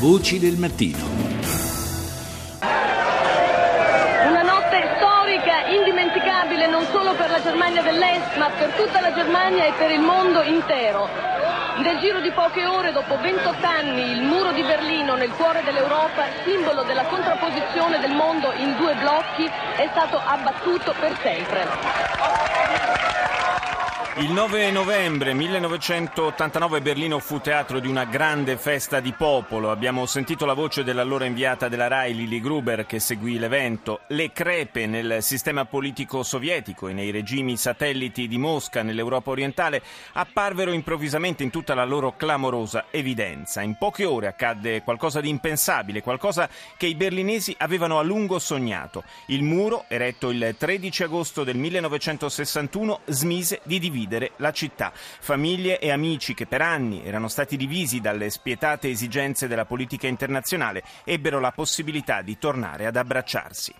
Voci del mattino. Una notte storica, indimenticabile non solo per la Germania dell'Est, ma per tutta la Germania e per il mondo intero. Nel giro di poche ore, dopo 28 anni, il muro di Berlino nel cuore dell'Europa, simbolo della contrapposizione del mondo in due blocchi, è stato abbattuto per sempre. Il 9 novembre 1989 Berlino fu teatro di una grande festa di popolo. Abbiamo sentito la voce dell'allora inviata della Rai, Lili Gruber, che seguì l'evento. Le crepe nel sistema politico sovietico e nei regimi satelliti di Mosca nell'Europa orientale apparvero improvvisamente in tutta la loro clamorosa evidenza. In poche ore accadde qualcosa di impensabile, qualcosa che i berlinesi avevano a lungo sognato. Il muro, eretto il 13 agosto del 1961, smise di dividere la città. Famiglie e amici che per anni erano stati divisi dalle spietate esigenze della politica internazionale ebbero la possibilità di tornare ad abbracciarsi.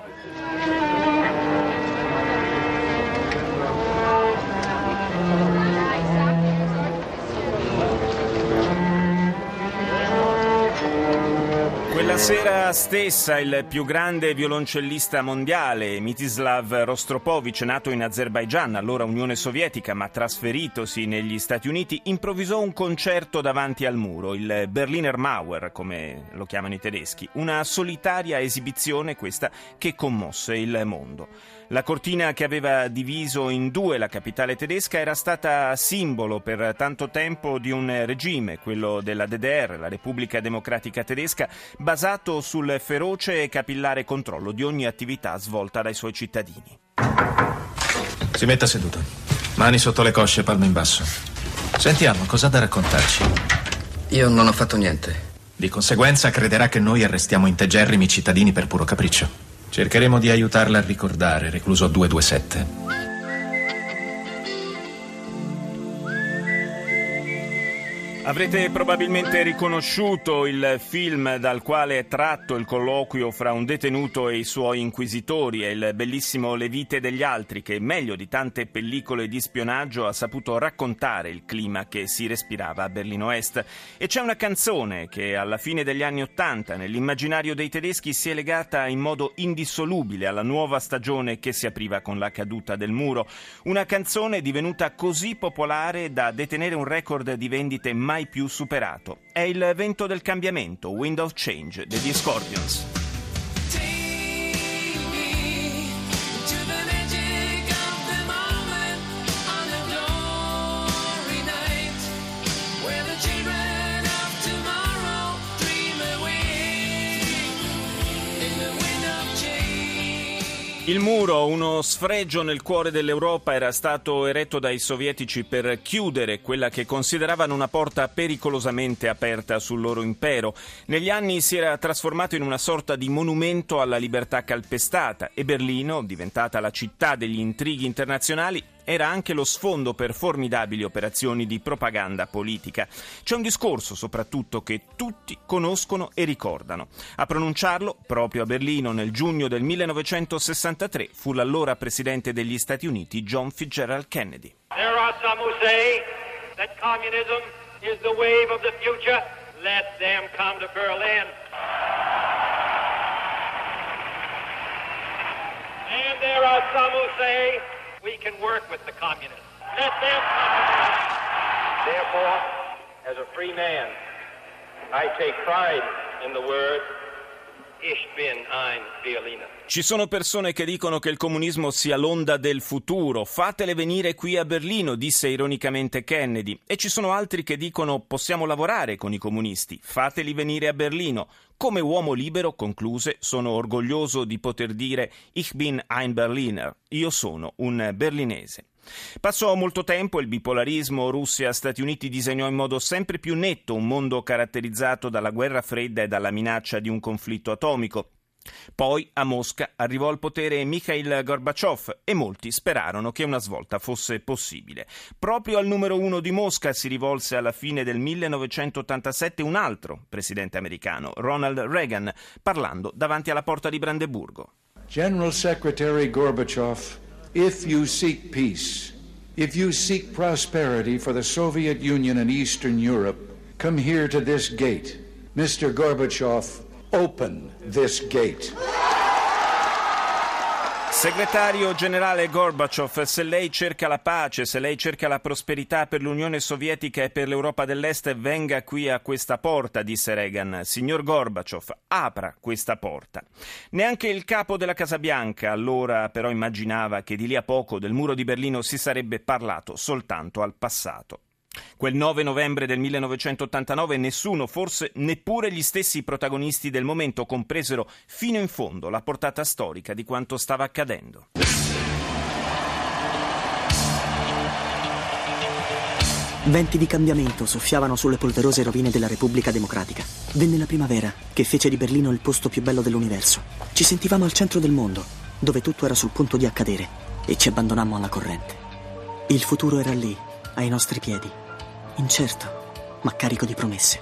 Quella sera stessa il più grande violoncellista mondiale, Mstislav Rostropovich, nato in Azerbaigian, allora Unione Sovietica, ma trasferitosi negli Stati Uniti, improvvisò un concerto davanti al muro, il Berliner Mauer, come lo chiamano i tedeschi, una solitaria esibizione questa che commosse il mondo. La cortina che aveva diviso in due la capitale tedesca era stata simbolo per tanto tempo di un regime, quello della DDR, la Repubblica Democratica Tedesca, basato sul feroce e capillare controllo di ogni attività svolta dai suoi cittadini. Si metta seduto. Mani sotto le cosce, palme in basso. Sentiamo, cosa ha da raccontarci? Io non ho fatto niente. Di conseguenza crederà che noi arrestiamo integerrimi cittadini per puro capriccio. Cercheremo di aiutarla a ricordare, recluso 227. Avrete probabilmente riconosciuto il film dal quale è tratto il colloquio fra un detenuto e i suoi inquisitori. È il bellissimo Le vite degli altri che, meglio di tante pellicole di spionaggio, ha saputo raccontare il clima che si respirava a Berlino Est. E c'è una canzone che alla fine degli anni '80 nell'immaginario dei tedeschi si è legata in modo indissolubile alla nuova stagione che si apriva con la caduta del muro. Una canzone divenuta così popolare da detenere un record di vendite mai più superato. È il vento del cambiamento, Wind of Change, degli Scorpions. Il muro, uno sfregio nel cuore dell'Europa, era stato eretto dai sovietici per chiudere quella che consideravano una porta pericolosamente aperta sul loro impero. Negli anni si era trasformato in una sorta di monumento alla libertà calpestata e Berlino, diventata la città degli intrighi internazionali, era anche lo sfondo per formidabili operazioni di propaganda politica. C'è un discorso, soprattutto, che tutti conoscono e ricordano. A pronunciarlo, proprio a Berlino, nel giugno del 1963, fu l'allora presidente degli Stati Uniti, John Fitzgerald Kennedy. There are some who say that communism is the wave of the future. Let them come to Berlin. And there are some who say we can work with the communists. Let them come. Therefore, as a free man, I take pride in the word Ich bin ein Berliner. Ci sono persone che dicono che il comunismo sia l'onda del futuro. Fatele venire qui a Berlino, disse ironicamente Kennedy. E ci sono altri che dicono possiamo lavorare con i comunisti. Fateli venire a Berlino. Come uomo libero, concluse, sono orgoglioso di poter dire Ich bin ein Berliner. Io sono un berlinese. Passò molto tempo, il bipolarismo Russia-Stati Uniti disegnò in modo sempre più netto un mondo caratterizzato dalla guerra fredda e dalla minaccia di un conflitto atomico. Poi a Mosca arrivò al potere Mikhail Gorbaciov e molti sperarono che una svolta fosse possibile. Proprio al numero 1 di Mosca si rivolse alla fine del 1987 un altro presidente americano, Ronald Reagan, parlando davanti alla porta di Brandeburgo. General Secretary Gorbachev, if you seek peace, if you seek prosperity for the Soviet Union and Eastern Europe, come here to this gate. Mr. Gorbachev, open this gate. Segretario generale Gorbaciov, se lei cerca la pace, se lei cerca la prosperità per l'Unione Sovietica e per l'Europa dell'Est, venga qui a questa porta, disse Reagan. Signor Gorbaciov, apra questa porta. Neanche il capo della Casa Bianca allora però immaginava che di lì a poco del muro di Berlino si sarebbe parlato soltanto al passato. Quel 9 novembre del 1989 nessuno, forse neppure gli stessi protagonisti del momento, compresero fino in fondo la portata storica di quanto stava accadendo. Venti di cambiamento soffiavano sulle polverose rovine della Repubblica Democratica. Venne la primavera, che fece di Berlino il posto più bello dell'universo. Ci sentivamo al centro del mondo, dove tutto era sul punto di accadere, e ci abbandonammo alla corrente. Il futuro era lì, ai nostri piedi, incerto, ma carico di promesse.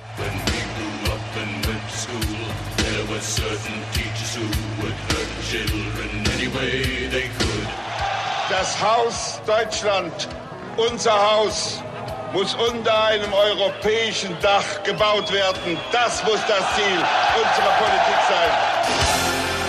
Das Haus Deutschland, unser Haus, muss unter einem europäischen Dach gebaut werden. Das muss das Ziel unserer Politik sein.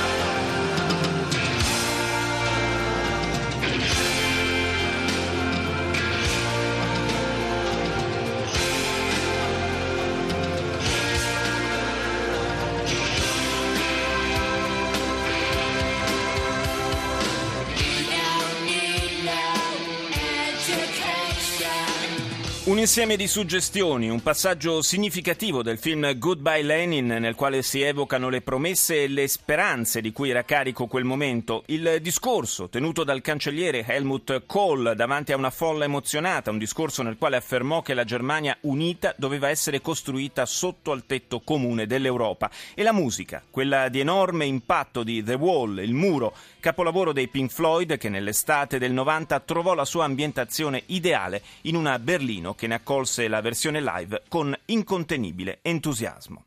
Un insieme di suggestioni, un passaggio significativo del film Goodbye Lenin, nel quale si evocano le promesse e le speranze di cui era carico quel momento, il discorso tenuto dal cancelliere Helmut Kohl davanti a una folla emozionata, un discorso nel quale affermò che la Germania unita doveva essere costruita sotto al tetto comune dell'Europa, e la musica, quella di enorme impatto di The Wall, il muro, capolavoro dei Pink Floyd, che nell'estate del 90 trovò la sua ambientazione ideale in una Berlino che ne accolse la versione live con incontenibile entusiasmo.